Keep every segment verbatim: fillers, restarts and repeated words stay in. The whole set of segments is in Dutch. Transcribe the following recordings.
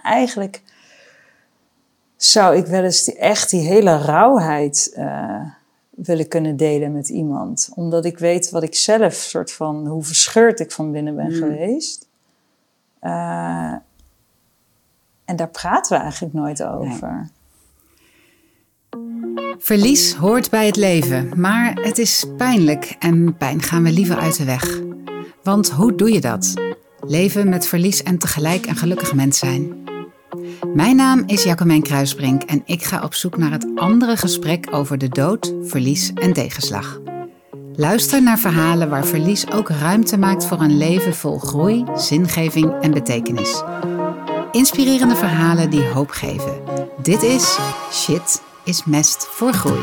eigenlijk zou ik wel eens die, echt die hele rauwheid uh, willen kunnen delen met iemand. Omdat ik weet wat ik zelf soort van, hoe verscheurd ik van binnen ben mm. geweest. Uh, en daar praten we eigenlijk nooit over. Nee. Verlies hoort bij het leven, maar het is pijnlijk en pijn gaan we liever uit de weg. Want hoe doe je dat? Leven met verlies en tegelijk een gelukkig mens zijn. Mijn naam is Jacomijn Kruisbrink en ik ga op zoek naar het andere gesprek over de dood, verlies en tegenslag. Luister naar verhalen waar verlies ook ruimte maakt voor een leven vol groei, zingeving en betekenis. Inspirerende verhalen die hoop geven. Dit is Shit is mest voor groei.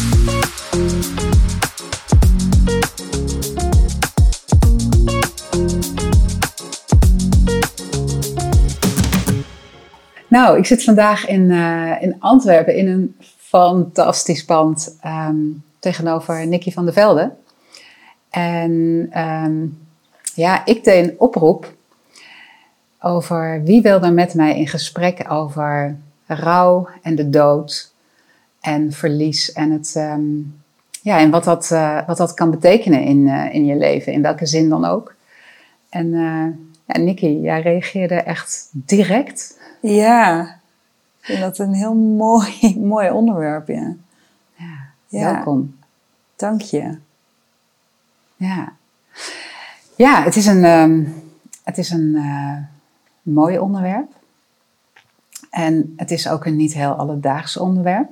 Nou, ik zit vandaag in, uh, in Antwerpen in een fantastisch pand um, tegenover Nicky van der Velde. En um, ja, ik deed een oproep over wie wil er met mij in gesprek over rouw en de dood en verlies en, het, um, ja, en wat, dat, uh, wat dat kan betekenen in, uh, in je leven, in welke zin dan ook. En uh, ja, Nicky, jij reageerde echt direct. Ja, ik vind dat een heel mooi, mooi onderwerp, ja. Ja, ja. Welkom. Dank je. Ja, ja het is een, um, het is een uh, mooi onderwerp. En het is ook een niet heel alledaags onderwerp.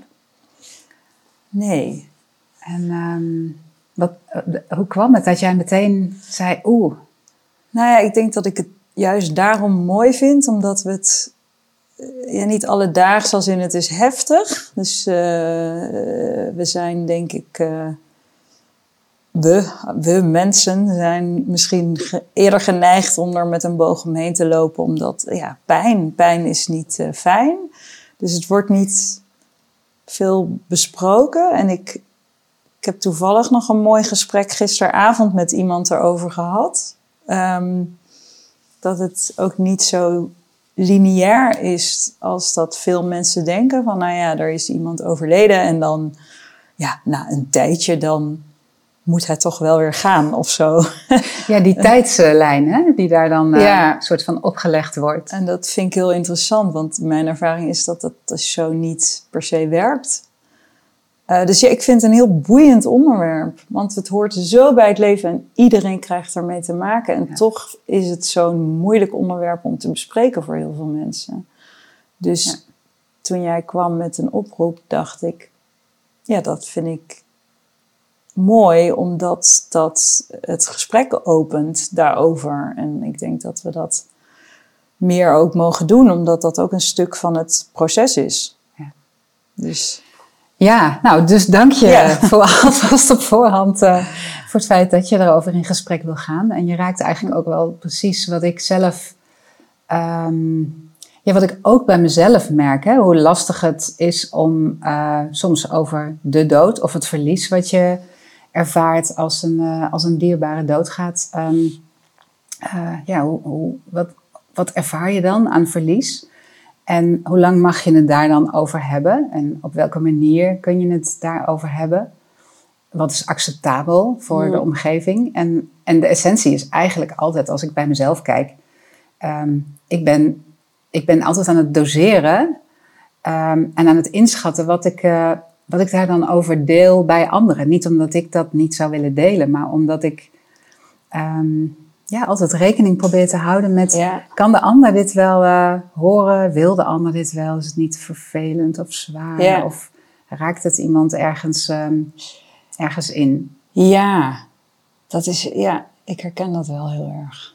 Nee. En um, wat, hoe kwam het dat jij meteen zei, oeh. Nou ja, ik denk dat ik het juist daarom mooi vind, omdat we het ja, niet alledaags als in het is heftig. Dus uh, we zijn denk ik, uh, we, we mensen zijn misschien ge- eerder geneigd om er met een boog omheen te lopen, omdat ja, pijn, pijn is niet uh, fijn. Dus het wordt niet veel besproken. En ik, ik heb toevallig nog een mooi gesprek gisteravond met iemand erover gehad. Um, dat het ook niet zo lineair is als dat veel mensen denken. Van nou ja, er is iemand overleden en dan, ja, na een tijdje dan moet het toch wel weer gaan of zo. Ja, die tijdslijn hè, die daar dan uh, ja. een soort van opgelegd wordt. En dat vind ik heel interessant, want mijn ervaring is dat dat zo niet per se werkt. Uh, dus ja, ik vind het een heel boeiend onderwerp. Want het hoort zo bij het leven en iedereen krijgt ermee te maken. En ja. toch is het zo'n moeilijk onderwerp om te bespreken voor heel veel mensen. Dus ja. toen jij kwam met een oproep, dacht ik, ja, dat vind ik mooi, omdat dat het gesprek opent daarover. En ik denk dat we dat meer ook mogen doen, omdat dat ook een stuk van het proces is. Ja. Dus... Ja, nou, dus dank je ja. voor alvast op voorhand uh, voor het feit dat je erover in gesprek wil gaan. En je raakt eigenlijk ook wel precies wat ik zelf, um, ja, wat ik ook bij mezelf merk, hè, hoe lastig het is om uh, soms over de dood of het verlies wat je ervaart als een, uh, als een dierbare doodgaat. Um, uh, ja, hoe, hoe, wat, wat ervaar je dan aan verlies? En hoe lang mag je het daar dan over hebben? En op welke manier kun je het daarover hebben? Wat is acceptabel voor mm. de omgeving? En, en de essentie is eigenlijk altijd, als ik bij mezelf kijk, um, ik, ben, ik ben altijd aan het doseren um, en aan het inschatten wat ik, uh, wat ik daar dan over deel bij anderen. Niet omdat ik dat niet zou willen delen, maar omdat ik Um, ja, altijd rekening probeer te houden met, ja. kan de ander dit wel uh, horen? Wil de ander dit wel? Is het niet vervelend of zwaar? Ja. Of raakt het iemand ergens, um, ergens in? Ja, dat is, ja, ik herken dat wel heel erg.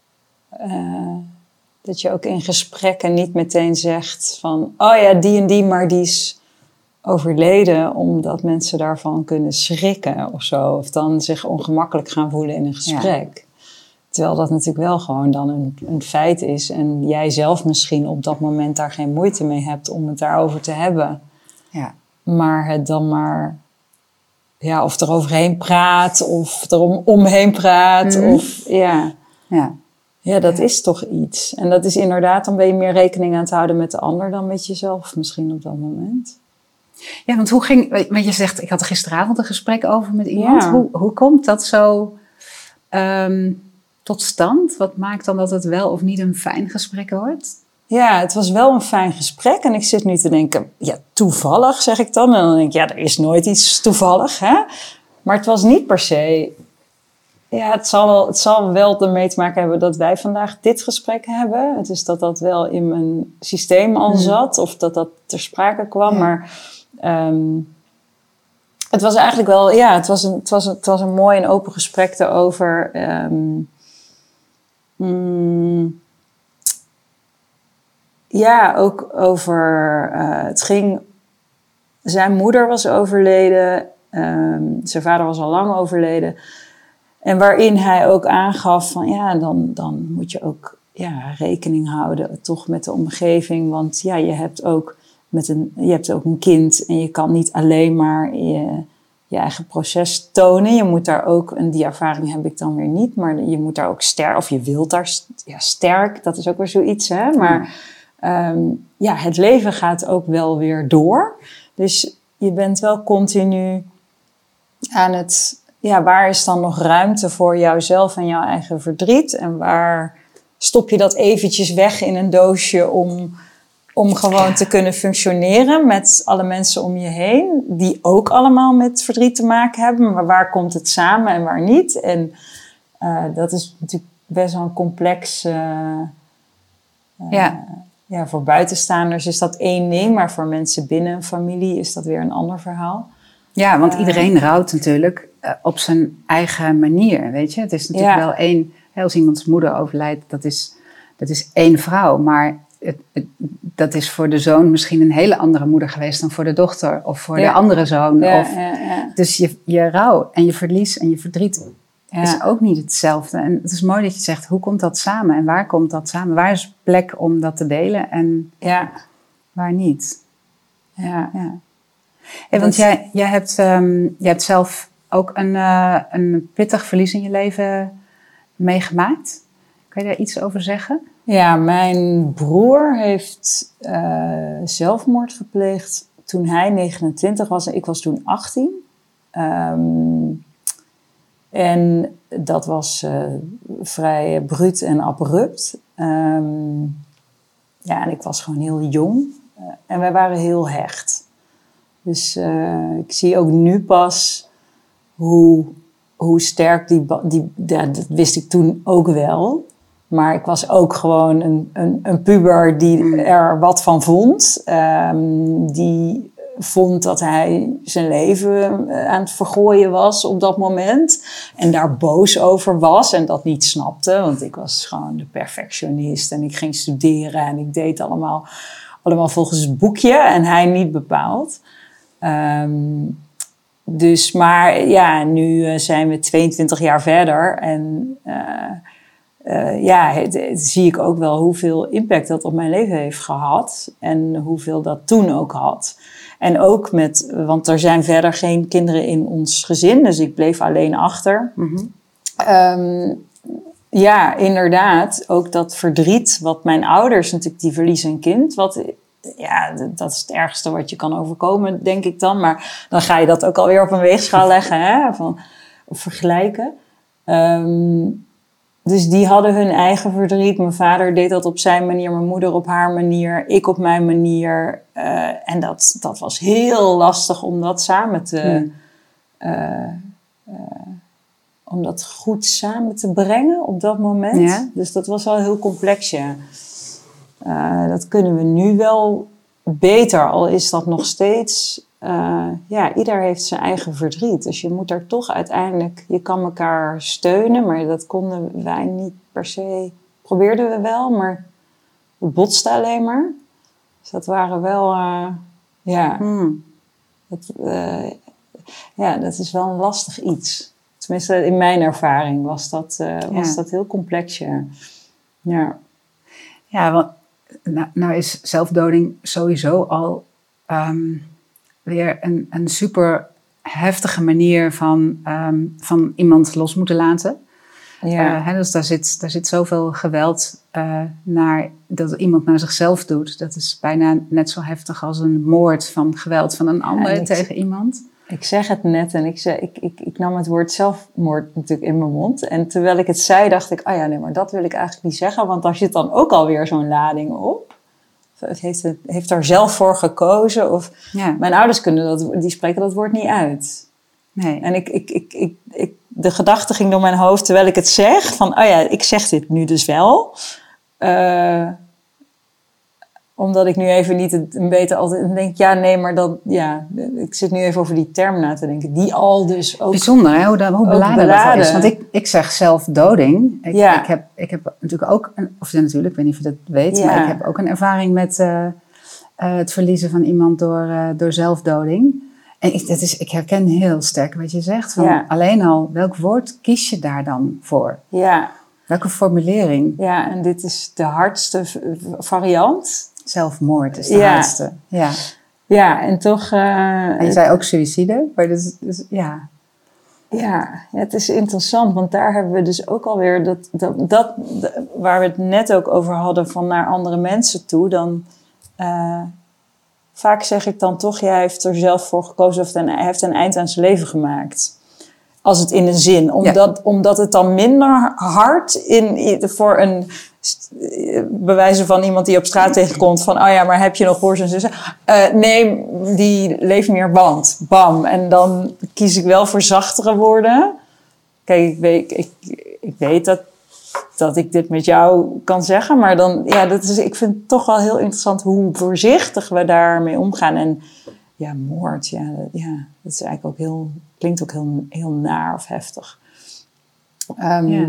Uh, dat je ook in gesprekken niet meteen zegt van, oh ja, die en die, maar die is overleden, omdat mensen daarvan kunnen schrikken of zo. Of dan zich ongemakkelijk gaan voelen in een gesprek. Ja. Terwijl dat natuurlijk wel gewoon dan een, een feit is. En jij zelf misschien op dat moment daar geen moeite mee hebt om het daarover te hebben. Ja. Maar het dan maar, ja, of eroverheen praat, of erom omheen praat. Mm-hmm. Of, ja. Ja. Ja, dat Ja. is toch iets. En dat is inderdaad, dan ben je meer rekening aan het houden met de ander dan met jezelf misschien op dat moment. Ja, want hoe ging, want je zegt, ik had er gisteravond een gesprek over met iemand. Ja. Hoe, hoe komt dat zo um, tot stand? Wat maakt dan dat het wel of niet een fijn gesprek wordt? Ja, het was wel een fijn gesprek. En ik zit nu te denken, ja, toevallig zeg ik dan. En dan denk ik, ja, er is nooit iets toevallig, hè. Maar het was niet per se... Ja, het zal wel, het zal wel ermee te maken hebben dat wij vandaag dit gesprek hebben. Het is dat dat wel in mijn systeem al zat. Of dat dat ter sprake kwam. Ja. Maar um, het was eigenlijk wel... Ja, het was een, het was een, het was een mooi en open gesprek erover. Um, mm, ja, ook over... Uh, het ging... Zijn moeder was overleden. Um, zijn vader was al lang overleden. En waarin hij ook aangaf van ja, dan, dan moet je ook ja, rekening houden toch met de omgeving. Want ja, je hebt ook, met een, je hebt ook een kind en je kan niet alleen maar je, je eigen proces tonen. Je moet daar ook, en die ervaring heb ik dan weer niet, maar je moet daar ook sterk, of je wilt daar ja, sterk, dat is ook weer zoiets. Hè? Maar um, ja, het leven gaat ook wel weer door. Dus je bent wel continu aan het... Ja, waar is dan nog ruimte voor jouzelf en jouw eigen verdriet? En waar stop je dat eventjes weg in een doosje om, om gewoon te kunnen functioneren met alle mensen om je heen, die ook allemaal met verdriet te maken hebben. Maar waar komt het samen en waar niet? En uh, dat is natuurlijk best wel een complex... Uh, uh, ja. Ja, voor buitenstaanders is dat één ding, maar voor mensen binnen een familie is dat weer een ander verhaal. Ja, want iedereen rouwt natuurlijk uh, op zijn eigen manier, weet je. Het is natuurlijk ja. wel één... Als iemands moeder overlijdt, dat is, dat is één vrouw. Maar het, het, dat is voor de zoon misschien een hele andere moeder geweest dan voor de dochter. Of voor ja. de andere zoon. Ja, of, ja, ja. Dus je, je rouw en je verlies en je verdriet ja. is ook niet hetzelfde. En het is mooi dat je zegt, hoe komt dat samen? En waar komt dat samen? Waar is plek om dat te delen en ja. waar niet? Ja, ja. Hey, want jij, jij, hebt, um, jij hebt zelf ook een, uh, een pittig verlies in je leven meegemaakt. Kan je daar iets over zeggen? Ja, mijn broer heeft uh, zelfmoord gepleegd toen hij negenentwintig was en ik was toen achttien. Um, en dat was uh, vrij bruut en abrupt. Um, ja, en ik was gewoon heel jong. Uh, en wij waren heel hecht. Dus uh, ik zie ook nu pas hoe, hoe sterk die... die ja, dat wist ik toen ook wel. Maar ik was ook gewoon een, een, een puber die er wat van vond. Um, die vond dat hij zijn leven aan het vergooien was op dat moment. En daar boos over was en dat niet snapte. Want ik was gewoon de perfectionist en ik ging studeren en ik deed allemaal, allemaal volgens het boekje. En hij niet bepaald. Um, dus, maar ja, nu uh, zijn we tweeëntwintig jaar verder. En uh, uh, ja, het, het, zie ik ook wel hoeveel impact dat op mijn leven heeft gehad. En hoeveel dat toen ook had. En ook met, want er zijn verder geen kinderen in ons gezin. Dus ik bleef alleen achter. Mm-hmm. Um, ja, inderdaad, ook dat verdriet wat mijn ouders natuurlijk, die verliezen een kind. Wat... Ja, dat is het ergste wat je kan overkomen, denk ik dan. Maar dan ga je dat ook alweer op een weegschaal leggen, hè? Van, of vergelijken. Um, dus die hadden hun eigen verdriet. Mijn vader deed dat op zijn manier, mijn moeder op haar manier, ik op mijn manier. Uh, en dat, dat was heel lastig om dat samen te... Hmm. Uh, uh, om dat goed samen te brengen op dat moment. Ja. Dus dat was wel heel complex, ja. Uh, dat kunnen we nu wel beter, al is dat nog steeds... Uh, ja, ieder heeft zijn eigen verdriet. Dus je moet daar toch uiteindelijk... Je kan elkaar steunen, maar dat konden wij niet per se... Probeerden we wel, maar het botste alleen maar. Dus dat waren wel... Uh, ja, hmm. dat, uh, ja, dat is wel een lastig iets. Tenminste, in mijn ervaring was dat, uh, ja. was dat heel complex, ja. Ja, ja want... Nou, nou is zelfdoding sowieso al um, weer een, een super heftige manier van, um, van iemand los moeten laten. Ja. Uh, hè, dus daar zit, daar zit zoveel geweld uh, naar dat iemand naar zichzelf doet. Dat is bijna net zo heftig als een moord van geweld van een ander ja, tegen ik, iemand. Ik zeg het net en ik, zeg, ik, ik, ik nam het woord zelfmoord natuurlijk in mijn mond. En terwijl ik het zei, dacht ik, ah ja, nee, maar dat wil ik eigenlijk niet zeggen. Want daar zit dan ook alweer zo'n lading op. Heeft, het, heeft daar zelf voor gekozen? Of ja. Mijn ouders kunnen dat, die spreken dat woord niet uit. Nee. En ik, ik, ik, ik, ik, de gedachte ging door mijn hoofd terwijl ik het zeg. Van, oh ja, ik zeg dit nu dus wel. Uh, omdat ik nu even niet het een beetje altijd denk, ja, nee, maar dat, ja, ik zit nu even over die term na te denken. Die al dus ook. Bijzonder, hè? Hoe, dat, hoe beladen, beladen dat is. Want ik, ik zeg zelfdoding. Ik, ja. ik, heb, ik heb natuurlijk ook, een, of ja, natuurlijk, ik weet niet of je dat weet, ja. maar ik heb ook een ervaring met uh, uh, het verliezen van iemand door, uh, door zelfdoding. En ik, dat is, ik herken heel sterk wat je zegt. Van ja. Alleen al, welk woord kies je daar dan voor? Ja. Welke formulering? Ja, en dit is de hardste variant. Zelfmoord is de ja. hardste. Ja. Ja, en toch... Uh, en je zei ook suïcide, maar dus, dus ja... Ja, het is interessant, want daar hebben we dus ook alweer dat, dat, dat waar we het net ook over hadden van naar andere mensen toe, dan uh, vaak zeg ik dan toch, ja, hij heeft er zelf voor gekozen of hij heeft een eind aan zijn leven gemaakt. Als het in een zin, omdat, ja. omdat het dan minder hard in, voor een bewijzen van iemand die op straat tegenkomt van, oh ja, maar heb je nog broers en zussen? Uh, nee, die leeft meer band. Bam. En dan kies ik wel voor zachtere woorden. Kijk, ik weet, ik, ik weet dat, dat ik dit met jou kan zeggen, maar dan, ja, dat is, ik vind het toch wel heel interessant hoe voorzichtig we daarmee omgaan. En ja, moord, ja, ja dat is eigenlijk ook heel, klinkt ook heel, heel naar of heftig. Um, ja.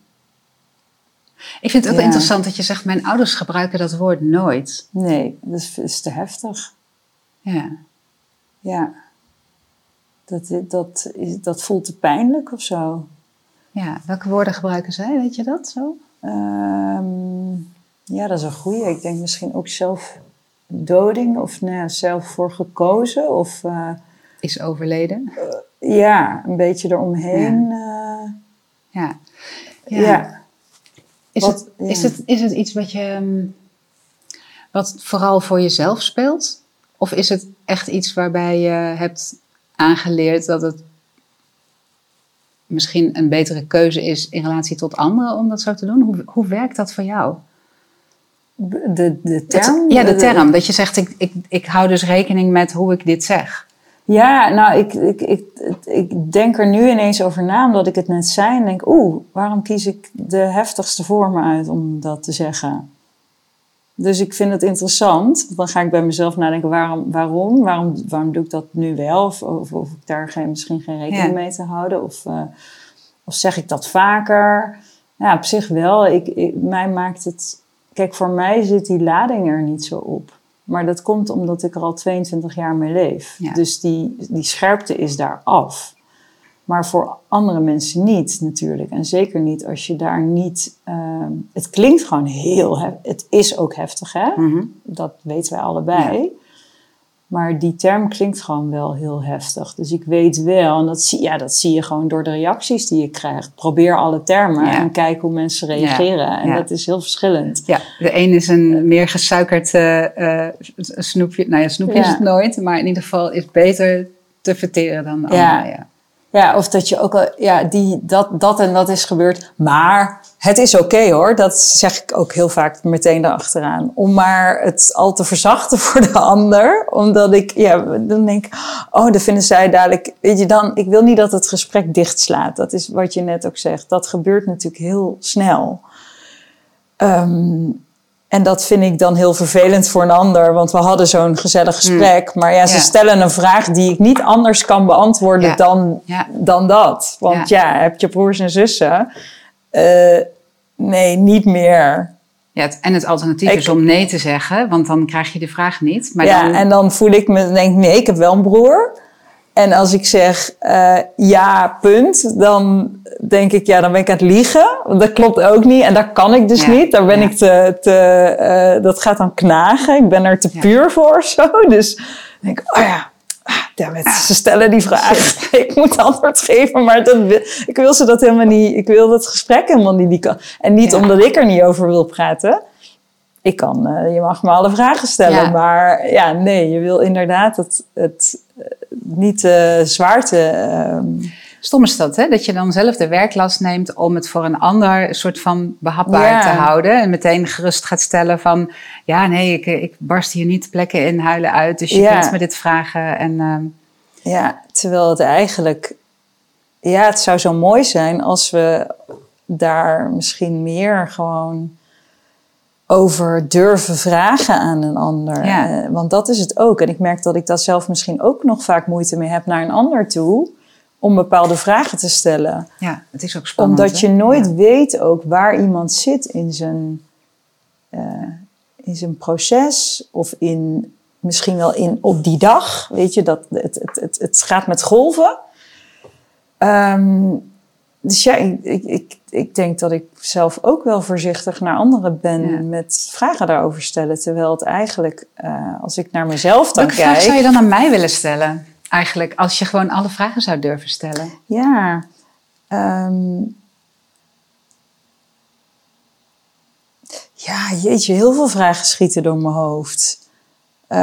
Ik vind het ook ja. interessant dat je zegt, mijn ouders gebruiken dat woord nooit. Nee, dat is, is te heftig. Ja. Ja. Dat, dat, is, dat voelt te pijnlijk of zo. Ja, welke woorden gebruiken zij, weet je dat zo? Um, ja, dat is een goeie. Ik denk misschien ook zelfdoding of nou ja, zelf voor gekozen. Of, uh, is overleden. Uh, ja, een beetje eromheen. Ja. Uh, ja. ja. ja. Is, wat, het, ja. is, het, is het iets wat je wat vooral voor jezelf speelt? Of is het echt iets waarbij je hebt aangeleerd dat het misschien een betere keuze is in relatie tot anderen om dat zo te doen? Hoe, hoe werkt dat voor jou? De, de term? Het, ja, de term. Dat je zegt, ik, ik, ik hou dus rekening met hoe ik dit zeg. Ja, nou, ik, ik, ik, ik denk er nu ineens over na, omdat ik het net zei. En denk, oeh, waarom kies ik de heftigste vormen uit om dat te zeggen? Dus ik vind het interessant. Dan ga ik bij mezelf nadenken, waarom? Waarom, waarom, waarom doe ik dat nu wel? Of, of, of ik daar geen, misschien geen rekening ja. mee te houden? Of, uh, of zeg ik dat vaker? Ja, op zich wel. Ik, ik, mij maakt het... Kijk, voor mij zit die lading er niet zo op. Maar dat komt omdat ik er al tweeëntwintig jaar mee leef. Ja. Dus die, die scherpte is daar af. Maar voor andere mensen niet natuurlijk. En zeker niet als je daar niet... Uh, het klinkt gewoon heel heftig. Het is ook heftig, hè? Mm-hmm. Dat weten wij allebei. Ja. Maar die term klinkt gewoon wel heel heftig. Dus ik weet wel, en dat zie, ja, dat zie je gewoon door de reacties die je krijgt. Probeer alle termen ja. en kijk hoe mensen reageren. Ja. En ja. dat is heel verschillend. Ja, de een is een meer gesuikerd uh, uh, snoepje. Nou ja, snoepje ja. is het nooit. Maar in ieder geval is beter te verteren dan de ja. andere. Ja. Ja, of dat je ook al, ja, die, dat, dat en dat is gebeurd. Maar het is oké okay, hoor. Dat zeg ik ook heel vaak meteen erachteraan. Om maar het al te verzachten voor de ander. Omdat ik, ja, dan denk ik, oh, dan vinden zij dadelijk, weet je dan, ik wil niet dat het gesprek dichtslaat. Dat is wat je net ook zegt. Dat gebeurt natuurlijk heel snel. Um, En dat vind ik dan heel vervelend voor een ander. Want we hadden zo'n gezellig gesprek. Mm. Maar ja, ze ja. stellen een vraag die ik niet anders kan beantwoorden ja. dan, ja. dan dat. Want ja. ja, heb je broers en zussen? Uh, nee, niet meer. Ja, het, en het alternatief ik, is om nee te zeggen. Want dan krijg je de vraag niet. Maar ja, dan... en dan voel ik me, denk nee, ik heb wel een broer. En als ik zeg uh, ja, punt, dan denk ik, ja, dan ben ik aan het liegen. Want dat klopt ook niet. En dat kan ik dus ja, niet. Daar ben ja. ik te, te uh, dat gaat dan knagen. Ik ben er te ja. puur voor of zo. Dus denk ik, oh ja, Ja, met, ze stellen die vraag. Ik moet antwoord geven, maar dat, ik wil ze dat helemaal niet. Ik wil dat gesprek helemaal niet. Die kan, en niet ja. omdat ik er niet over wil praten. Ik kan, uh, je mag me alle vragen stellen, ja. maar ja, nee, je wil inderdaad het, het uh, niet uh, zwaarte. Uh, Stom is dat, hè? Dat je dan zelf de werklast neemt om het voor een ander een soort van behapbaar ja. te houden. En meteen gerust gaat stellen van, ja, nee, ik, ik barst hier niet plekken in huilen uit. Dus je ja. kunt me dit vragen. En, uh... Ja, terwijl het eigenlijk, ja, het zou zo mooi zijn als we daar misschien meer gewoon over durven vragen aan een ander. Ja. Uh, want dat is het ook. En ik merk dat ik daar zelf misschien ook nog vaak moeite mee heb naar een ander toe, om bepaalde vragen te stellen. Ja, het is ook spannend. Omdat je hè? nooit ja. weet ook waar iemand zit in zijn, uh, in zijn proces. Of in, misschien wel in, op die dag. Weet je, dat het, het, het, het gaat met golven. Um, dus ja, ik, ik, ik, ik denk dat ik zelf ook wel voorzichtig naar anderen ben ja. met vragen daarover stellen. Terwijl het eigenlijk, uh, als ik naar mezelf dan Welke kijk... vraag zou je dan aan mij willen stellen? Eigenlijk, als je gewoon alle vragen zou durven stellen. Ja. Um, ja, jeetje, heel veel vragen schieten door mijn hoofd. Uh,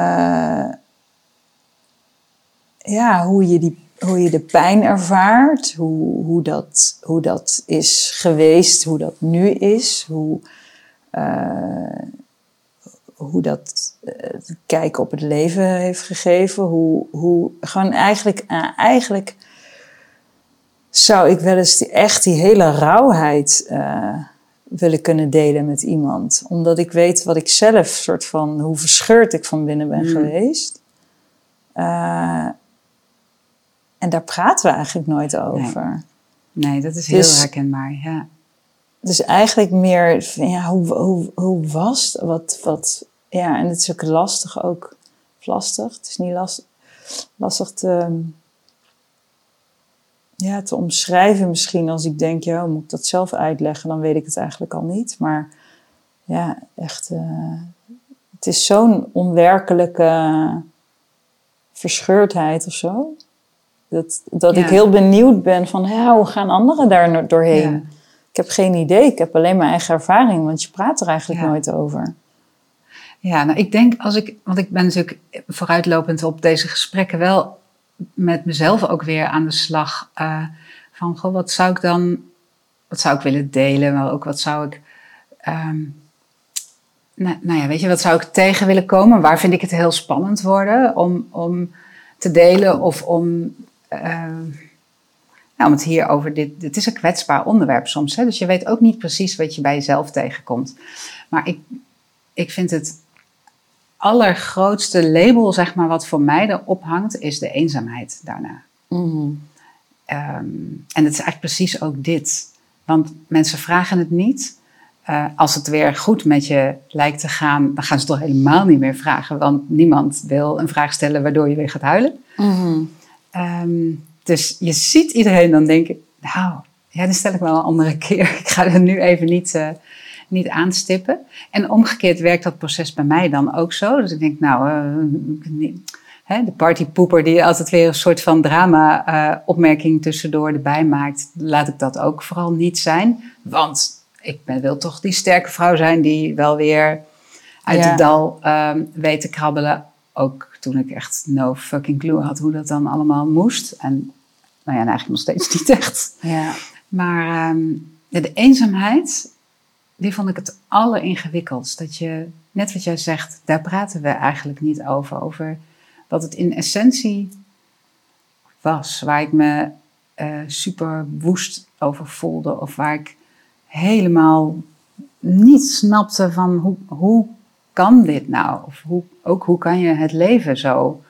ja, hoe je, die, hoe je de pijn ervaart. Hoe, hoe, dat, hoe dat is geweest, hoe dat nu is. Hoe... Uh, hoe dat uh, kijken op het leven heeft gegeven. Hoe, hoe gewoon eigenlijk, uh, eigenlijk zou ik wel eens die, echt die hele rauwheid uh, willen kunnen delen met iemand. Omdat ik weet wat ik zelf soort van, hoe verscheurd ik van binnen ben mm. geweest. Uh, en daar praten we eigenlijk nooit over. Nee, nee dat is heel dus, herkenbaar, ja. Dus eigenlijk meer van, ja, hoe, hoe, hoe was het? Wat, wat, ja, en het is ook lastig ook. Lastig, het is niet last, lastig te, ja, te omschrijven misschien. Als ik denk, ja, moet ik dat zelf uitleggen? Dan weet ik het eigenlijk al niet. Maar ja, echt, uh, het is zo'n onwerkelijke verscheurdheid of zo. Dat, dat ja. ik heel benieuwd ben van, ja, hoe gaan anderen daar doorheen? Ja. Ik heb geen idee, ik heb alleen mijn eigen ervaring, want je praat er eigenlijk ja. nooit over. Ja, nou ik denk als ik, want ik ben natuurlijk vooruitlopend op deze gesprekken wel met mezelf ook weer aan de slag. Uh, van, goh, wat zou ik dan, wat zou ik willen delen, maar ook wat zou ik, um, nou, nou ja, weet je, wat zou ik tegen willen komen? Waar vind ik het heel spannend worden om, om te delen of om... Uh, Nou, om het hier over dit, dit is een kwetsbaar onderwerp soms, hè? Dus je weet ook niet precies wat je bij jezelf tegenkomt. Maar ik, ik vind het allergrootste label, zeg maar, wat voor mij erop hangt, is de eenzaamheid daarna. Mm-hmm. Um, en het is eigenlijk precies ook dit. Want mensen vragen het niet. Uh, als het weer goed met je lijkt te gaan, dan gaan ze toch helemaal niet meer vragen. Want niemand wil een vraag stellen waardoor je weer gaat huilen. Mm-hmm. Um, Dus je ziet iedereen dan denken, nou, ja, dan stel ik wel een andere keer. Ik ga er nu even niet, uh, niet aanstippen. En omgekeerd werkt dat proces bij mij dan ook zo. Dus ik denk, nou, uh, niet, hè, de partypoeper die altijd weer een soort van drama-opmerking uh, tussendoor erbij maakt, laat ik dat ook vooral niet zijn. Want ik ben, wil toch die sterke vrouw zijn die wel weer uit ja. het dal uh, weet te krabbelen. Ook toen ik echt no fucking clue had hoe dat dan allemaal moest. En nou ja, eigenlijk nog steeds niet echt. Ja. Maar um, ja, de eenzaamheid, die vond ik het alleringewikkeldst. Dat je, net wat jij zegt, daar praten we eigenlijk niet over. Over wat het in essentie was. Waar ik me uh, super woest over voelde. Of waar ik helemaal niet snapte van hoe... hoe kan dit nou? Of hoe, ook hoe kan je het leven zo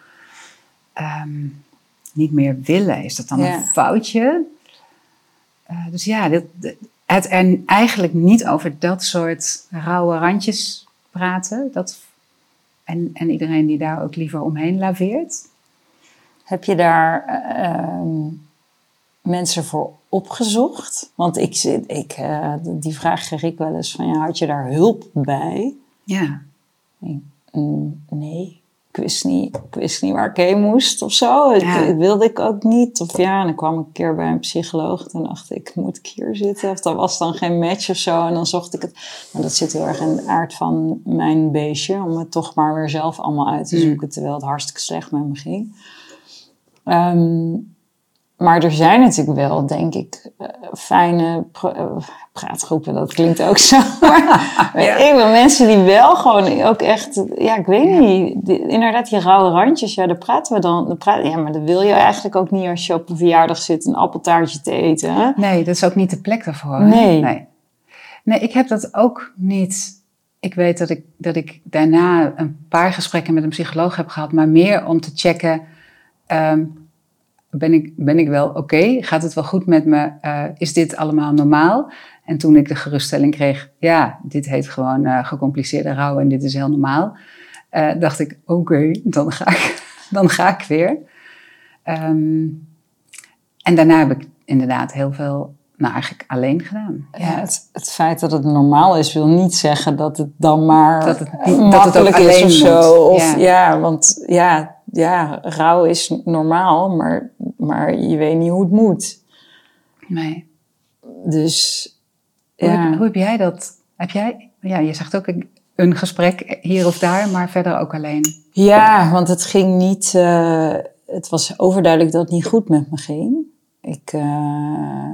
um, niet meer willen? Is dat dan ja. een foutje? Uh, dus ja, dit, dit, het er eigenlijk niet over dat soort rauwe randjes praten. Dat, en, en iedereen die daar ook liever omheen laveert. Heb je daar uh, mensen voor opgezocht? Want ik, ik, uh, die vraag kreeg ik wel eens van, ja, had je daar hulp bij? Ja. Nee. ik wist niet, ik wist niet waar ik heen moest of zo. Ja. Dat wilde ik ook niet. Of ja, en dan kwam ik een keer bij een psycholoog. Toen dacht ik, moet ik hier zitten? Of dat was dan geen match of zo. En dan zocht ik het. Maar dat zit heel erg in de aard van mijn beestje. Om het toch maar weer zelf allemaal uit te zoeken. Mm. Terwijl het hartstikke slecht met me ging. Um, maar er zijn natuurlijk wel, denk ik, uh, fijne pro- uh, praatgroepen. Dat klinkt ook zo. Maar ja. Ik ben mensen die wel gewoon ook echt... Ja, ik weet ja. niet. Die, inderdaad, die rauwe randjes. Ja, daar praten we dan... Daar praten, ja, maar dat wil je eigenlijk ook niet als je op een verjaardag zit... een appeltaartje te eten. Hè? Nee, dat is ook niet de plek daarvoor. Nee. nee. Nee, ik heb dat ook niet... Ik weet dat ik, dat ik daarna een paar gesprekken met een psycholoog heb gehad... maar meer om te checken... Um, Ben ik, ben ik wel oké? Okay? Gaat het wel goed met me? Uh, is dit allemaal normaal? En toen ik de geruststelling kreeg... ja, dit heet gewoon uh, gecompliceerde rouw en dit is heel normaal... Uh, dacht ik, oké, okay, dan, ga ik, dan ga ik weer. Um, en daarna heb ik inderdaad heel veel... nou, eigenlijk alleen gedaan. Ja, ja het, het feit dat het normaal is... wil niet zeggen dat het dan maar dat het, niet, makkelijk dat het ook is alleen of zo. Of, ja. ja, want ja... Ja, rouw is normaal, maar, maar je weet niet hoe het moet. Nee. Dus, hoe, ja. heb, hoe heb jij dat? Heb jij, ja, je zegt ook een gesprek hier of daar, maar verder ook alleen. Ja, want het ging niet... Uh, het was overduidelijk dat het niet goed met me ging. Ik, uh,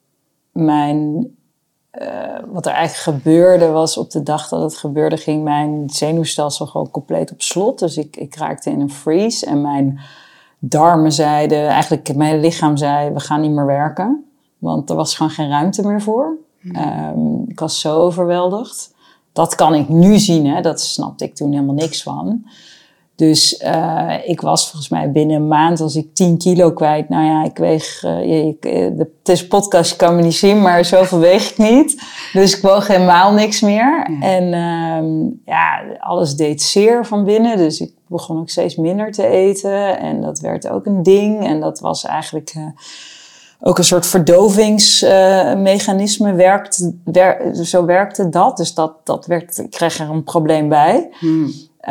mijn... Uh, wat er eigenlijk gebeurde was, op de dag dat het gebeurde, ging mijn zenuwstelsel gewoon compleet op slot. Dus ik, ik raakte in een freeze en mijn darmen zeiden, eigenlijk mijn lichaam zei, we gaan niet meer werken. Want er was gewoon geen ruimte meer voor. Um, ik was zo overweldigd. Dat kan ik nu zien, hè? Dat snapte ik toen helemaal niks van. Dus uh, ik was volgens mij binnen een maand was ik tien kilo kwijt. Nou ja, ik weeg... Uh, je, je, het is een podcast, je kan me niet zien, maar zoveel weeg ik niet. Dus ik woog helemaal niks meer. Ja. En um, ja, alles deed zeer van binnen. Dus ik begon ook steeds minder te eten. En dat werd ook een ding. En dat was eigenlijk... Uh, ook een soort verdovingsmechanisme uh, werkt, wer, zo werkte dat. Dus dat, dat werd, ik kreeg er een probleem bij. Hmm.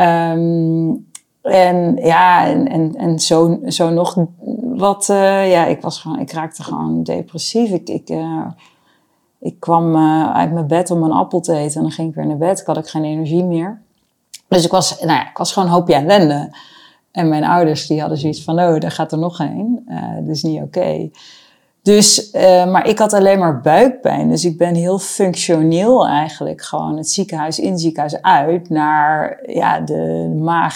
Um, en ja, en, en, en zo, zo nog wat, uh, ja, ik was gewoon, ik raakte gewoon depressief. Ik, ik, uh, ik kwam uh, uit mijn bed om een appel te eten en dan ging ik weer naar bed. Ik had ook geen energie meer. Dus ik was, nou ja, ik was gewoon een hoopje ellende. En mijn ouders die hadden zoiets van, oh, daar gaat er nog een. Uh, dat is niet oké. Okay. Dus, uh, maar ik had alleen maar buikpijn. Dus ik ben heel functioneel eigenlijk gewoon het ziekenhuis in, ziekenhuis uit naar ja, de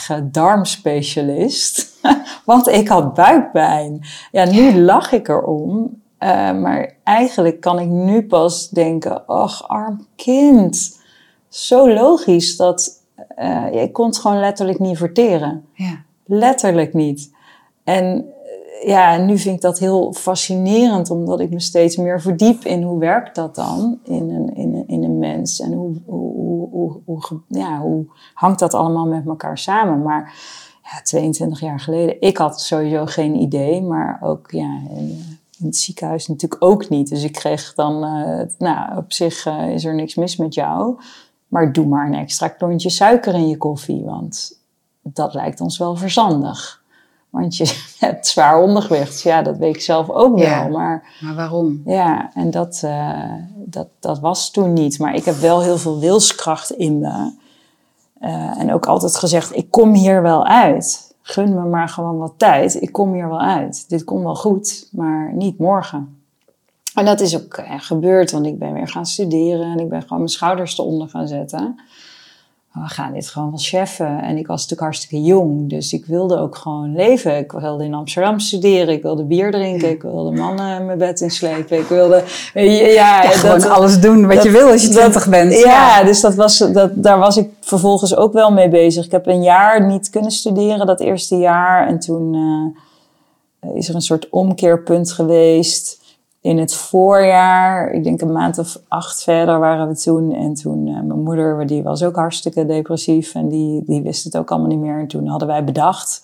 maag-darmspecialist. Want ik had buikpijn. Ja, nu lach ik erom. Uh, maar eigenlijk kan ik nu pas denken, ach, arm kind. Zo logisch dat uh, ik kon het gewoon letterlijk niet verteren. Ja. Letterlijk niet. En ja, nu vind ik dat heel fascinerend, omdat ik me steeds meer verdiep in hoe werkt dat dan in een, in een, in een mens. En hoe, hoe, hoe, hoe, hoe, ja, hoe hangt dat allemaal met elkaar samen. Maar ja, tweeëntwintig jaar geleden, ik had sowieso geen idee, maar ook ja, in, in het ziekenhuis natuurlijk ook niet. Dus ik kreeg dan, uh, nou, op zich uh, is er niks mis met jou, maar doe maar een extra klontje suiker in je koffie, want dat lijkt ons wel verstandig. Want je hebt zwaar ondergewicht. Ja, dat weet ik zelf ook wel. Ja, maar, maar waarom? Ja, en dat, uh, dat, dat was toen niet. Maar ik heb wel heel veel wilskracht in me. Uh, en ook altijd gezegd, ik kom hier wel uit. Gun me maar gewoon wat tijd. Ik kom hier wel uit. Dit komt wel goed, maar niet morgen. En dat is ook uh, gebeurd, want ik ben weer gaan studeren. En ik ben gewoon mijn schouders eronder gaan zetten. We gaan dit gewoon wel cheffen. En ik was natuurlijk hartstikke jong. Dus ik wilde ook gewoon leven. Ik wilde in Amsterdam studeren. Ik wilde bier drinken. Ik wilde mannen in mijn bed inslepen. Ik wilde... Ja, ja, dat, gewoon alles doen wat dat, je wil als je twintig bent. Ja, ja, dus dat was, dat, daar was ik vervolgens ook wel mee bezig. Ik heb een jaar niet kunnen studeren. Dat eerste jaar. En toen uh, is er een soort omkeerpunt geweest. In het voorjaar, ik denk een maand of acht verder waren we toen. En toen, uh, mijn moeder, die was ook hartstikke depressief. En die, die wist het ook allemaal niet meer. En toen hadden wij bedacht,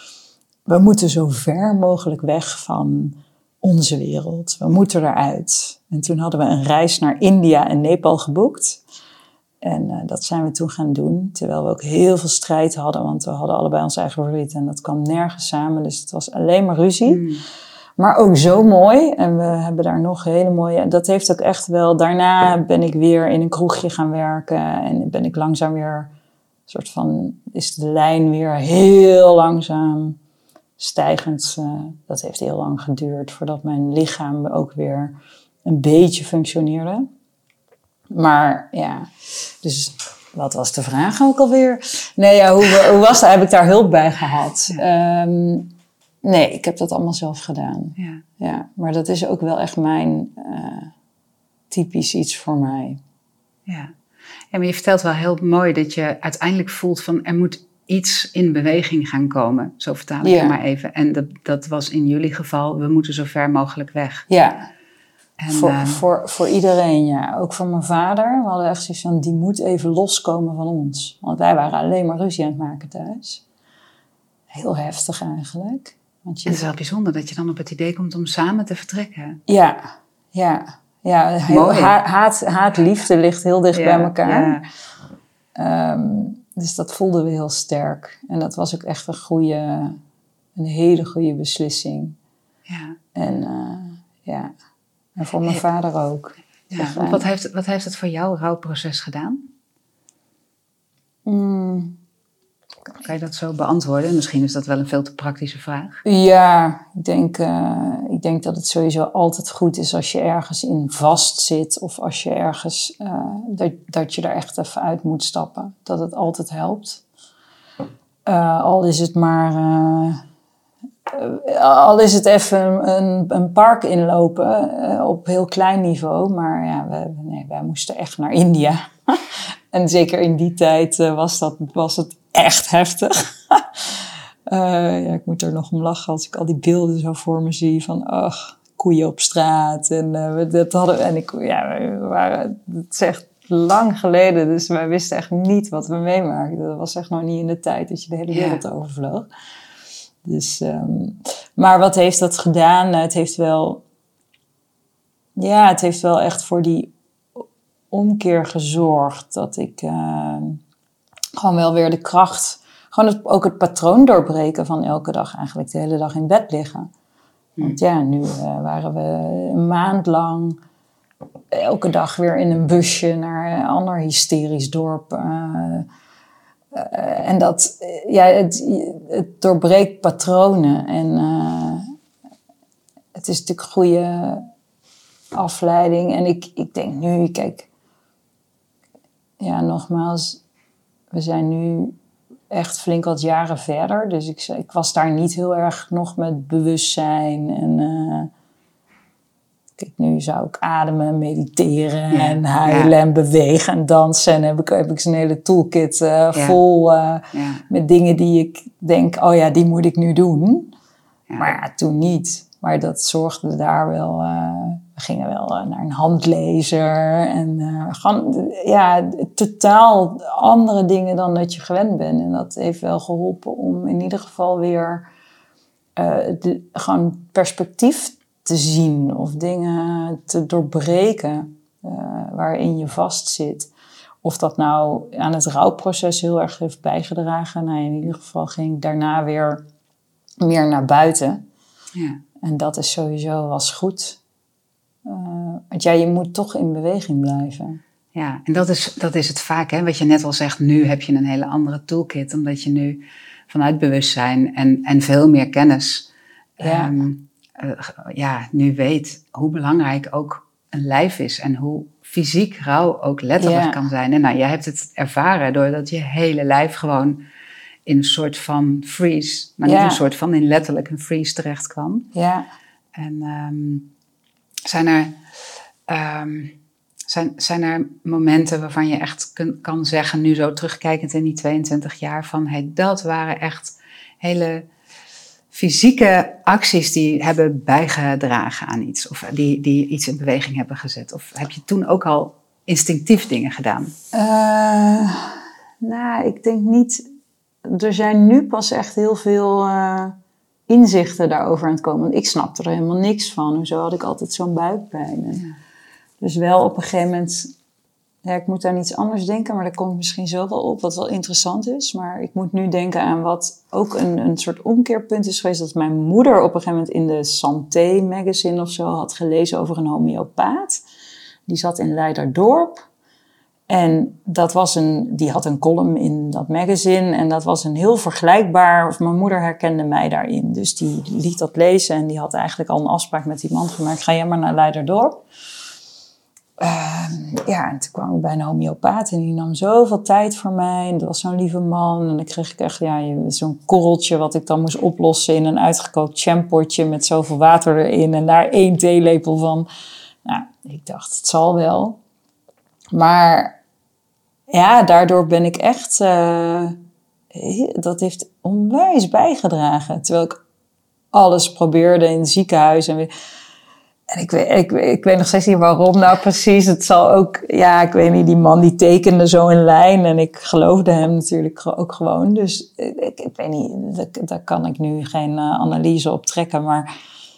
we moeten zo ver mogelijk weg van onze wereld. We moeten eruit. En toen hadden we een reis naar India en Nepal geboekt. En uh, dat zijn we toen gaan doen. Terwijl we ook heel veel strijd hadden. Want we hadden allebei ons eigen verdriet. En dat kwam nergens samen. Dus het was alleen maar ruzie. Mm. Maar ook zo mooi. En we hebben daar nog hele mooie... Dat heeft ook echt wel... Daarna ben ik weer in een kroegje gaan werken. En ben ik langzaam weer... soort van... Is de lijn weer heel langzaam stijgend. Uh, dat heeft heel lang geduurd. Voordat mijn lichaam ook weer een beetje functioneerde. Maar ja... Dus wat was de vraag ook alweer? Nee, ja, hoe, hoe was dat? Heb ik daar hulp bij gehad? Ja. Um, Nee, ik heb dat allemaal zelf gedaan. Ja. Ja, maar dat is ook wel echt mijn uh, typisch iets voor mij. Ja. Ja, maar je vertelt wel heel mooi dat je uiteindelijk voelt van er moet iets in beweging gaan komen. Zo vertaal ik ja. het maar even. En dat, dat was in jullie geval, we moeten zo ver mogelijk weg. Ja, en, voor, uh, voor, voor iedereen ja. Ook voor mijn vader. We hadden echt zoiets van, die moet even loskomen van ons. Want wij waren alleen maar ruzie aan het maken thuis. Heel heftig eigenlijk. Want je... Het is wel bijzonder dat je dan op het idee komt om samen te vertrekken. Ja, ja. ja heel, haat, haat, haat, liefde ligt heel dicht ja, bij elkaar. Ja. Um, dus dat voelden we heel sterk. En dat was ook echt een goede, een hele goede beslissing. Ja. En uh, ja, en voor mijn ja. vader ook. Ja, want wat heeft, wat heeft het voor jouw rouwproces gedaan? Mm. Kan je dat zo beantwoorden? Misschien is dat wel een veel te praktische vraag. Ja, ik denk, uh, ik denk dat het sowieso altijd goed is als je ergens in vastzit. Of als je ergens, uh, dat, dat je er echt even uit moet stappen. Dat het altijd helpt. Uh, al is het maar, uh, uh, al is het even een, een park inlopen uh, op heel klein niveau. Maar ja, we, nee, wij moesten echt naar India. En zeker in die tijd uh, was, dat, was het echt heftig. uh, ja, ik moet er nog om lachen als ik al die beelden zo voor me zie. Van, ach, koeien op straat. En, uh, we, dat hadden, en ik, ja, we waren, het is echt lang geleden. Dus wij wisten echt niet wat we meemaakten. Dat was echt nog niet in de tijd dat je de hele wereld ja. overvloog. Dus, um, maar wat heeft dat gedaan? Nou, het heeft wel... Ja, het heeft wel echt voor die omkeer gezorgd. Dat ik uh, gewoon wel weer de kracht... Gewoon het, ook het patroon doorbreken van elke dag eigenlijk de hele dag in bed liggen. Want ja, nu uh, waren we een maand lang elke dag weer in een busje naar een ander hysterisch dorp. Uh, uh, en dat, uh, ja, het, het doorbreekt patronen. En uh, het is natuurlijk een goede afleiding. En ik, ik denk nu, kijk, ja, nogmaals, we zijn nu echt flink wat jaren verder. Dus ik, ik was daar niet heel erg nog met bewustzijn. En uh, kijk, nu zou ik ademen, mediteren ja, en huilen ja. en bewegen en dansen. En heb ik, heb ik zo'n hele toolkit uh, ja. vol uh, ja. met dingen die ik denk, oh ja, die moet ik nu doen. Ja. Maar ja, toen niet. Maar dat zorgde daar wel... Uh, we gingen wel uh, naar een handlezer. En uh, gewoon, ja, totaal andere dingen dan dat je gewend bent. En dat heeft wel geholpen om in ieder geval weer... Uh, de, gewoon perspectief te zien. Of dingen te doorbreken. Uh, waarin je vastzit. Of dat nou aan het rouwproces heel erg heeft bijgedragen. Nou, in ieder geval ging ik daarna weer meer naar buiten. Ja. En dat is sowieso was goed. Uh, want ja, je moet toch in beweging blijven. Ja, en dat is, dat is het vaak, hè? Wat je net al zegt, nu heb je een hele andere toolkit. Omdat je nu vanuit bewustzijn en, en veel meer kennis... Ja. Um, uh, ja, nu weet hoe belangrijk ook een lijf is. En hoe fysiek rouw ook letterlijk ja. kan zijn. En nou, jij hebt het ervaren doordat je hele lijf gewoon... in een soort van freeze, maar niet ja. een soort van in letterlijk een freeze terecht kwam. Ja. En um, zijn er um, zijn, zijn er momenten waarvan je echt kun, kan zeggen, nu zo terugkijkend in die tweeëntwintig jaar, van hey, dat waren echt hele fysieke acties die hebben bijgedragen aan iets, of die, die iets in beweging hebben gezet? Of heb je toen ook al instinctief dingen gedaan? Uh, nou, ik denk niet. Er zijn nu pas echt heel veel uh, inzichten daarover aan het komen. Want ik snapte er helemaal niks van. Hoezo had ik altijd zo'n buikpijn? Ja. Dus wel op een gegeven moment Ja, ik moet aan iets anders denken, maar daar kom ik misschien zo wel op, wat wel interessant is. Maar ik moet nu denken aan wat ook een, een soort omkeerpunt is geweest. Dat mijn moeder op een gegeven moment in de Santé magazine of zo had gelezen over een homeopaat. Die zat in Leiderdorp. En dat was een, die had een column in dat magazine. En dat was een heel vergelijkbaar, of mijn moeder herkende mij daarin. Dus die liet dat lezen en die had eigenlijk al een afspraak met die man gemaakt. Ga jij maar naar Leiderdorp. Uh, ja, en toen kwam ik bij een homeopaat en die nam zoveel tijd voor mij. En dat was zo'n lieve man. En dan kreeg ik echt ja, zo'n korreltje wat ik dan moest oplossen in een uitgekookt shampootje met zoveel water erin. En daar één theelepel van. Nou, ik dacht, het zal wel. Maar ja, daardoor ben ik echt... Uh, dat heeft onwijs bijgedragen. Terwijl ik alles probeerde in het ziekenhuis en weer... En ik weet, ik, ik weet nog steeds niet waarom nou precies. Het zal ook, ja, ik weet niet, die man die tekende zo een lijn. En ik geloofde hem natuurlijk ook gewoon. Dus ik, ik weet niet, daar, daar kan ik nu geen uh, analyse op trekken. Maar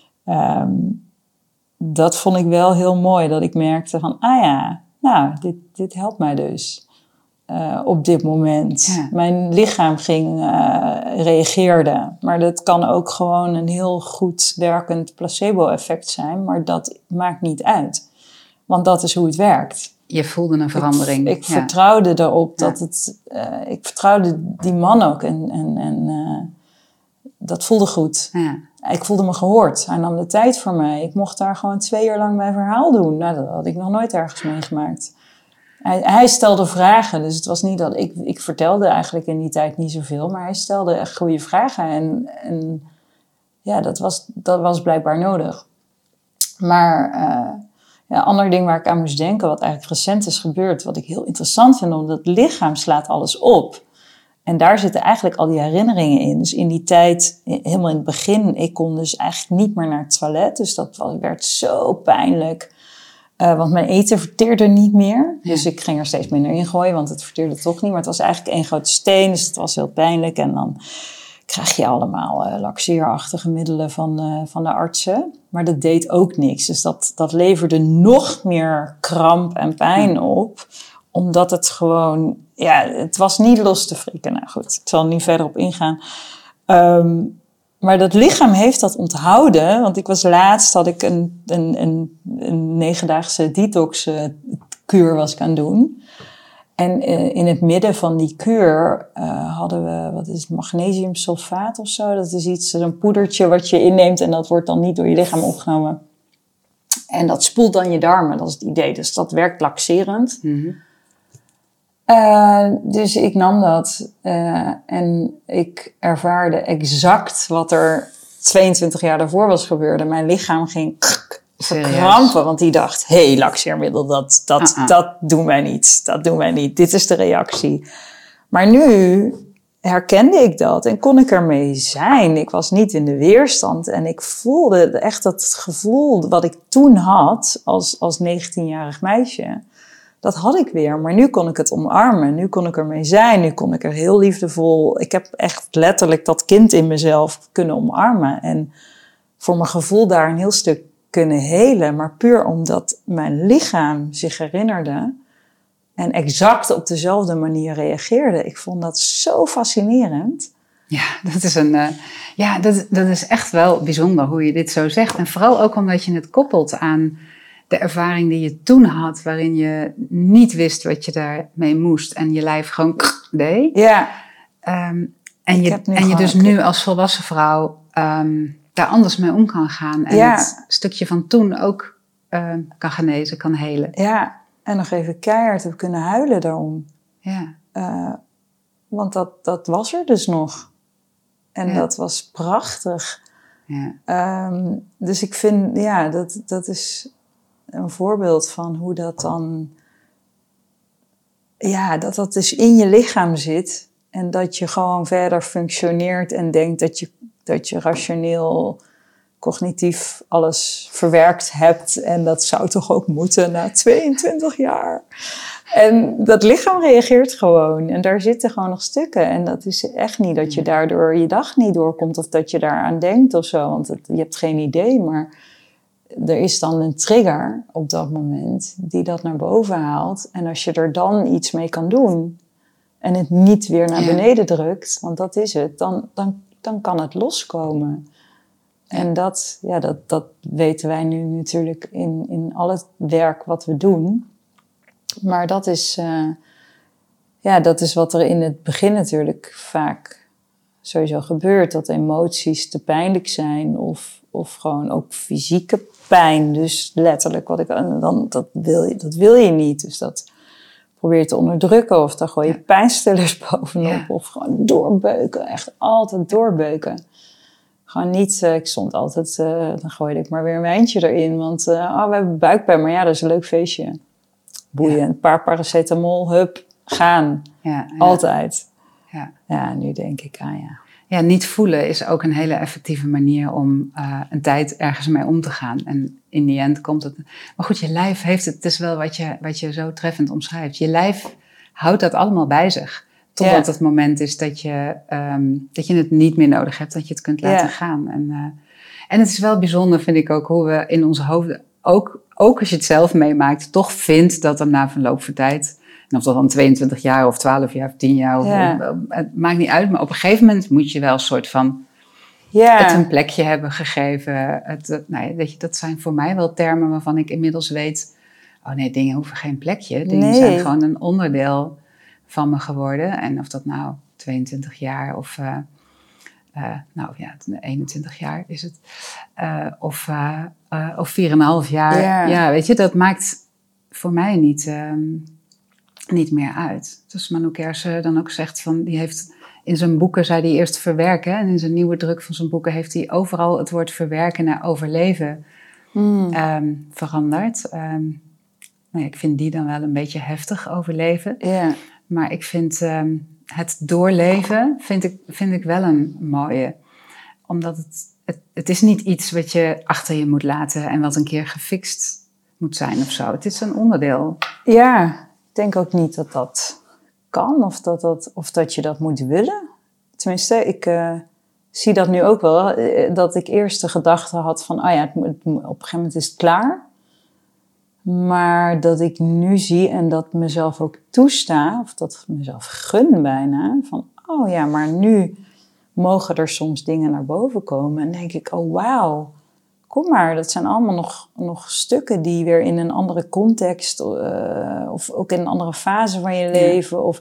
um, dat vond ik wel heel mooi. Dat ik merkte van, ah ja, nou, dit, dit helpt mij dus. Uh, op dit moment. Ja. Mijn lichaam ging, uh, reageerde. Maar dat kan ook gewoon een heel goed werkend placebo-effect zijn. Maar dat maakt niet uit. Want dat is hoe het werkt. Je voelde een verandering. Ik, ik ja. vertrouwde erop dat ja. het... Uh, ik vertrouwde die man ook. En, en, en uh, dat voelde goed. Ja. Ik voelde me gehoord. Hij nam de tijd voor mij. Ik mocht daar gewoon twee jaar lang mijn verhaal doen. Nou, dat had ik nog nooit ergens meegemaakt. Hij, hij stelde vragen, dus het was niet dat... Ik, ik vertelde eigenlijk in die tijd niet zoveel, maar hij stelde echt goede vragen. En, en ja, dat was, dat was blijkbaar nodig. Maar uh, ja, een ander ding waar ik aan moest denken, wat eigenlijk recent is gebeurd, wat ik heel interessant vind, omdat het lichaam slaat alles op. En daar zitten eigenlijk al die herinneringen in. Dus in die tijd, helemaal in het begin, ik kon dus eigenlijk niet meer naar het toilet. Dus dat was, werd zo pijnlijk. Uh, want mijn eten verteerde niet meer. Ja. Dus ik ging er steeds minder in gooien, want het verteerde toch niet. Maar het was eigenlijk één grote steen, dus het was heel pijnlijk. En dan krijg je allemaal uh, laxeerachtige middelen van, uh, van de artsen. Maar dat deed ook niks. Dus dat, dat leverde nog meer kramp en pijn ja. op. Omdat het gewoon... Ja, het was niet los te frikken. Nou goed, ik zal er niet verder op ingaan. Um, Maar dat lichaam heeft dat onthouden. Want ik was laatst, had ik een, een, een, een negendaagse detox uh, kuur was ik aan het doen. En uh, in het midden van die kuur uh, hadden we, wat is het, magnesiumsulfaat of zo. Dat is iets, een poedertje wat je inneemt en dat wordt dan niet door je lichaam opgenomen. En dat spoelt dan je darmen, dat is het idee. Dus dat werkt laxerend. Mm-hmm. Uh, dus ik nam dat uh, en ik ervaarde exact wat er tweeëntwintig jaar daarvoor was gebeurd. Mijn lichaam ging verkrampen, want die dacht, hé, hey, laxeermiddel, dat, dat, uh-uh. dat doen wij niet. Dat doen wij niet. Dit is de reactie. Maar nu herkende ik dat en kon ik ermee zijn. Ik was niet in de weerstand en ik voelde echt dat gevoel wat ik toen had als, als negentienjarig meisje. Dat had ik weer, maar nu kon ik het omarmen. Nu kon ik ermee zijn, nu kon ik er heel liefdevol... Ik heb echt letterlijk dat kind in mezelf kunnen omarmen. En voor mijn gevoel daar een heel stuk kunnen helen. Maar puur omdat mijn lichaam zich herinnerde... en exact op dezelfde manier reageerde. Ik vond dat zo fascinerend. Ja, dat is, een, uh, ja dat, dat is echt wel bijzonder hoe je dit zo zegt. En vooral ook omdat je het koppelt aan... de ervaring die je toen had, waarin je niet wist wat je daarmee moest en je lijf gewoon deed. Ja. Um, en je, en je dus nu als volwassen vrouw um, daar anders mee om kan gaan. En ja. het stukje van toen ook uh, kan genezen, kan helen. Ja, en nog even keihard heb kunnen huilen daarom. Ja. Uh, want dat, dat was er dus nog. En ja. dat was prachtig. Ja. Um, dus ik vind, ja, dat, dat is... een voorbeeld van hoe dat dan... Ja, dat dat dus in je lichaam zit. En dat je gewoon verder functioneert en denkt dat je, dat je rationeel, cognitief alles verwerkt hebt. En dat zou toch ook moeten na tweeëntwintig jaar. En dat lichaam reageert gewoon. En daar zitten gewoon nog stukken. En dat is echt niet dat je daardoor je dag niet doorkomt of dat je daaraan denkt of zo. Want het, je hebt geen idee, maar... er is dan een trigger op dat moment die dat naar boven haalt. En als je er dan iets mee kan doen en het niet weer naar ja. beneden drukt, want dat is het, dan, dan, dan kan het loskomen. Ja. En dat, ja, dat, dat weten wij nu natuurlijk in, in al het werk wat we doen. Maar dat is, uh, ja, dat is wat er in het begin natuurlijk vaak sowieso gebeurt. Dat emoties te pijnlijk zijn of, of gewoon ook fysieke pijn. Dus letterlijk, wat ik, dan, dat, wil je, dat wil je niet. Dus dat probeer je te onderdrukken of dan gooi je ja. pijnstillers bovenop. Ja. Of gewoon doorbeuken, echt altijd doorbeuken. Gewoon niet, uh, ik stond altijd, uh, dan gooide ik maar weer een wijntje erin. Want uh, oh, we hebben buikpijn, maar ja, dat is een leuk feestje. Boeien, ja. een paar paracetamol, hup, gaan. Ja, ja. Altijd. Ja. ja, nu denk ik, ah ja. Ja, niet voelen is ook een hele effectieve manier om uh, een tijd ergens mee om te gaan. En in die end komt het... Maar goed, je lijf heeft het, het is wel wat je, wat je zo treffend omschrijft. Je lijf houdt dat allemaal bij zich. Totdat ja. het moment is dat je, um, dat je het niet meer nodig hebt, dat je het kunt laten ja. gaan. En, uh, en het is wel bijzonder, vind ik ook, hoe we in onze hoofden, ook, ook als je het zelf meemaakt, toch vindt dat er na verloop van tijd, en of dat dan tweeëntwintig jaar of twaalf jaar of tien jaar, of, ja. het maakt niet uit, maar op een gegeven moment moet je wel een soort van ja. het een plekje hebben gegeven. Het, het, nou, weet je, dat zijn voor mij wel termen waarvan ik inmiddels weet, oh nee, dingen hoeven geen plekje. Dingen nee. zijn gewoon een onderdeel van me geworden. En of dat nou tweeëntwintig jaar of uh, uh, nou ja, eenentwintig jaar is het. Uh, of, uh, uh, of vier en een half jaar. Yeah. Ja, weet je, dat maakt voor mij niet, um, niet meer uit. Dus Manu Kersen dan ook zegt van, die heeft in zijn boeken, zei hij eerst verwerken. En in zijn nieuwe druk van zijn boeken heeft hij overal het woord verwerken naar overleven mm. um, veranderd. Um, nou ja, ik vind die dan wel een beetje heftig, overleven. Ja. Yeah. Maar ik vind um, het doorleven vind ik, vind ik wel een mooie. Omdat het, het, het is niet iets wat je achter je moet laten en wat een keer gefixt moet zijn of zo. Het is een onderdeel. Ja, ik denk ook niet dat dat kan of dat, dat, of dat je dat moet willen. Tenminste, ik uh, zie dat nu ook wel. Dat ik eerst de gedachte had van, oh ja, het, het, op een gegeven moment is het klaar. Maar dat ik nu zie en dat mezelf ook toesta, of dat mezelf gun bijna, van oh ja, maar nu mogen er soms dingen naar boven komen. En dan denk ik, oh wauw, kom maar, dat zijn allemaal nog, nog stukken die weer in een andere context, uh, of ook in een andere fase van je leven. Ja. Of,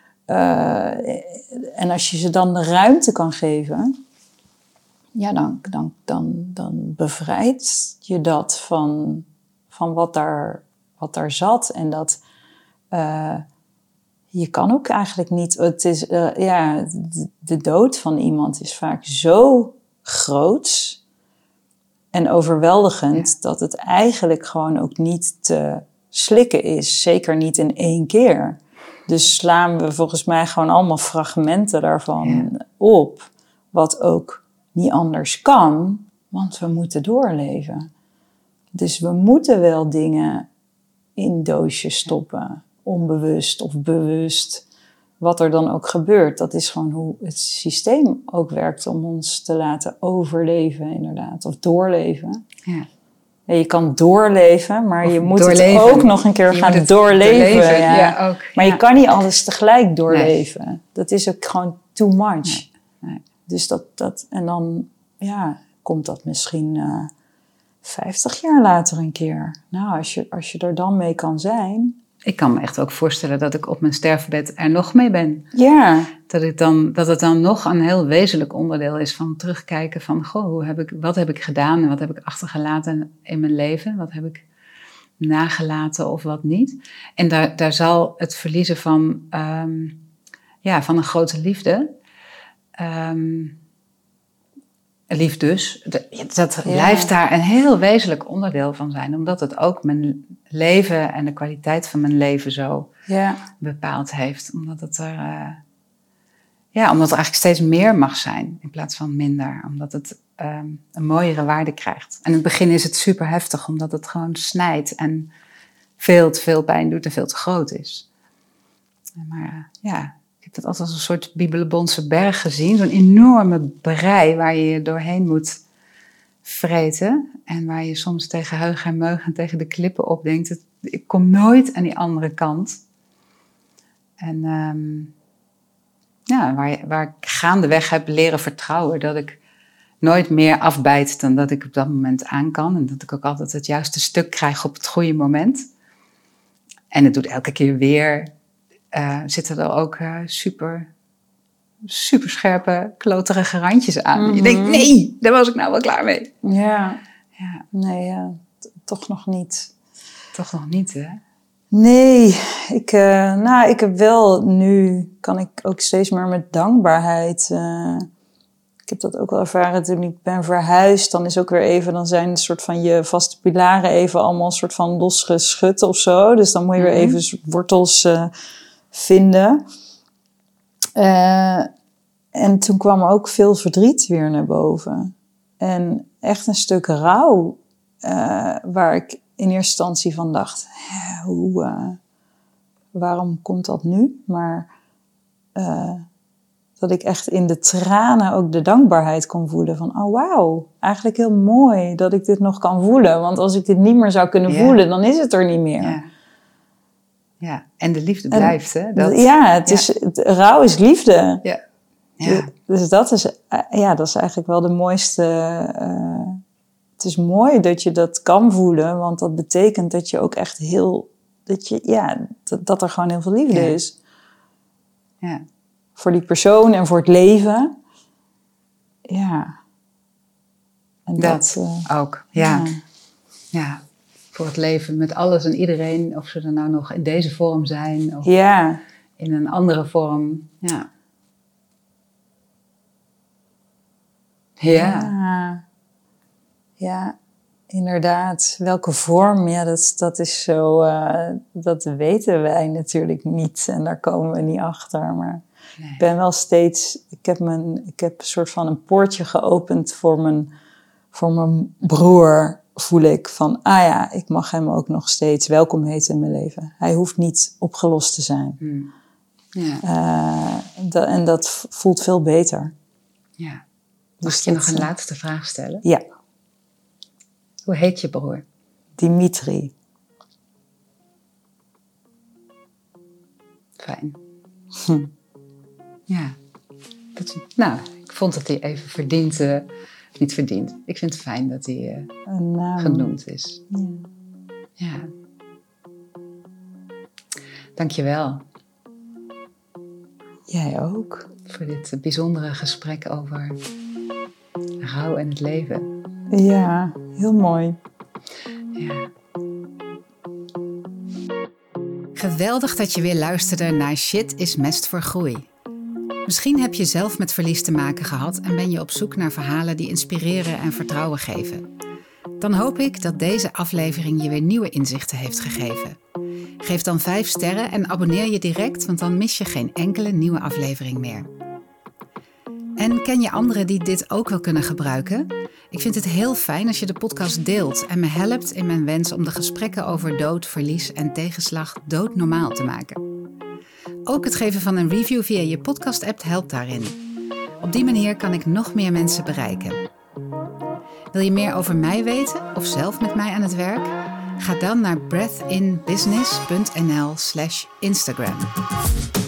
uh, en als je ze dan de ruimte kan geven, ja, dan, dan, dan, dan bevrijdt je dat van... van wat daar, wat daar zat. En dat uh, je kan ook eigenlijk niet... Het is, uh, ja, de, de dood van iemand is vaak zo groot en overweldigend... Ja. dat het eigenlijk gewoon ook niet te slikken is. Zeker niet in één keer. Dus slaan we volgens mij gewoon allemaal fragmenten daarvan ja. op. Wat ook niet anders kan, want we moeten doorleven. Dus we moeten wel dingen in doosjes stoppen, onbewust of bewust. Wat er dan ook gebeurt, dat is gewoon hoe het systeem ook werkt om ons te laten overleven inderdaad, of doorleven. Ja. Ja, je kan doorleven, maar of je moet doorleven. Het ook nog een keer je gaan doorleven. doorleven. Ja. Ja, ook, maar ja. je kan niet alles tegelijk doorleven. Nee. Dat is ook gewoon too much. Nee. Nee. Dus dat, dat, en dan ja, komt dat misschien... Uh, vijftig jaar later een keer. Nou, als je, als je er dan mee kan zijn. Ik kan me echt ook voorstellen dat ik op mijn sterfbed er nog mee ben. Ja. Dat, ik dan, dat het dan nog een heel wezenlijk onderdeel is van terugkijken van... Goh, hoe heb ik, wat heb ik gedaan en wat heb ik achtergelaten in mijn leven? Wat heb ik nagelaten of wat niet? En daar, daar zal het verliezen van, um, ja, van een grote liefde... Um, Lief dus, dat ja. blijft daar een heel wezenlijk onderdeel van zijn. Omdat het ook mijn leven en de kwaliteit van mijn leven zo ja. bepaald heeft. Omdat het er, uh, ja, omdat er eigenlijk steeds meer mag zijn in plaats van minder. Omdat het um, een mooiere waarde krijgt. En in het begin is het super heftig, omdat het gewoon snijdt en veel te veel pijn doet en veel te groot is. Maar uh, ja... Ik heb dat altijd als een soort Bibelebondse berg gezien. Zo'n enorme brei waar je je doorheen moet vreten. En waar je soms tegen heug en meug en tegen de klippen op denkt. Het, ik kom nooit aan die andere kant. En um, ja, waar, waar ik gaandeweg heb leren vertrouwen. Dat ik nooit meer afbijt dan dat ik op dat moment aan kan. En dat ik ook altijd het juiste stuk krijg op het goede moment. En het doet elke keer weer. Uh, zitten er ook uh, super, super scherpe, kloterige randjes aan. Mm-hmm. Je denkt, nee, daar was ik nou wel klaar mee. Ja, ja. nee, ja, t- toch nog niet. Toch nog niet, hè? Nee, ik, uh, nou, ik heb wel nu, kan ik ook steeds meer met dankbaarheid. Uh, ik heb dat ook wel ervaren toen ik ben verhuisd. Dan is ook weer even, dan zijn een soort van je vaste pilaren even allemaal een soort van losgeschud of zo. Dus dan moet je weer even een soort wortels uh, vinden. Uh, en toen kwam ook veel verdriet weer naar boven. En echt een stuk rouw, uh, waar ik in eerste instantie van dacht, hè, hoe, uh, waarom komt dat nu? Maar uh, dat ik echt in de tranen ook de dankbaarheid kon voelen van, oh wauw, eigenlijk heel mooi dat ik dit nog kan voelen. Want als ik dit niet meer zou kunnen ja. voelen, dan is het er niet meer. Ja, ja. En de liefde blijft, en, hè? Dat, ja, het ja. Is, het, rouw is liefde. Ja. Ja. Dus dat is, ja, dat is eigenlijk wel de mooiste. Uh, het is mooi dat je dat kan voelen, want dat betekent dat je ook echt heel, dat je, ja, dat, dat er gewoon heel veel liefde ja. is. Ja. Voor die persoon en voor het leven. Ja. En dat, dat uh, ook, ja. ja. Ja. Voor het leven met alles en iedereen, of ze er nou nog in deze vorm zijn of ja. in een andere vorm. Ja. Ja. ja. Ja, inderdaad. Welke vorm? Ja, dat, dat is zo... Uh, dat weten wij natuurlijk niet. En daar komen we niet achter. Maar nee. Ik ben wel steeds... Ik heb, mijn, ik heb een soort van een poortje geopend voor mijn, voor mijn broer, voel ik. Van, ah ja, ik mag hem ook nog steeds welkom heten in mijn leven. Hij hoeft niet opgelost te zijn. Hmm. Ja. Uh, dat, en dat voelt veel beter. Ja. Mag ik je nog een laatste vraag stellen? Ja. Hoe heet je broer? Dimitri. Fijn. Hm. Ja. Dat, nou, ik vond dat hij even verdient. Uh, niet verdient. Ik vind het fijn dat hij uh, naam. genoemd is. Ja. Ja. Dankjewel. Jij ook. Voor dit bijzondere gesprek over rouw en het leven. Ja, heel mooi. Ja. Geweldig dat je weer luisterde naar Shit is mest voor groei. Misschien heb je zelf met verlies te maken gehad en ben je op zoek naar verhalen die inspireren en vertrouwen geven. Dan hoop ik dat deze aflevering je weer nieuwe inzichten heeft gegeven. Geef dan vijf sterren en abonneer je direct, want dan mis je geen enkele nieuwe aflevering meer. En ken je anderen die dit ook wel kunnen gebruiken? Ik vind het heel fijn als je de podcast deelt en me helpt in mijn wens om de gesprekken over dood, verlies en tegenslag doodnormaal te maken. Ook het geven van een review via je podcast-app helpt daarin. Op die manier kan ik nog meer mensen bereiken. Wil je meer over mij weten of zelf met mij aan het werk? Ga dan naar breathinbusiness punt n l slash Instagram.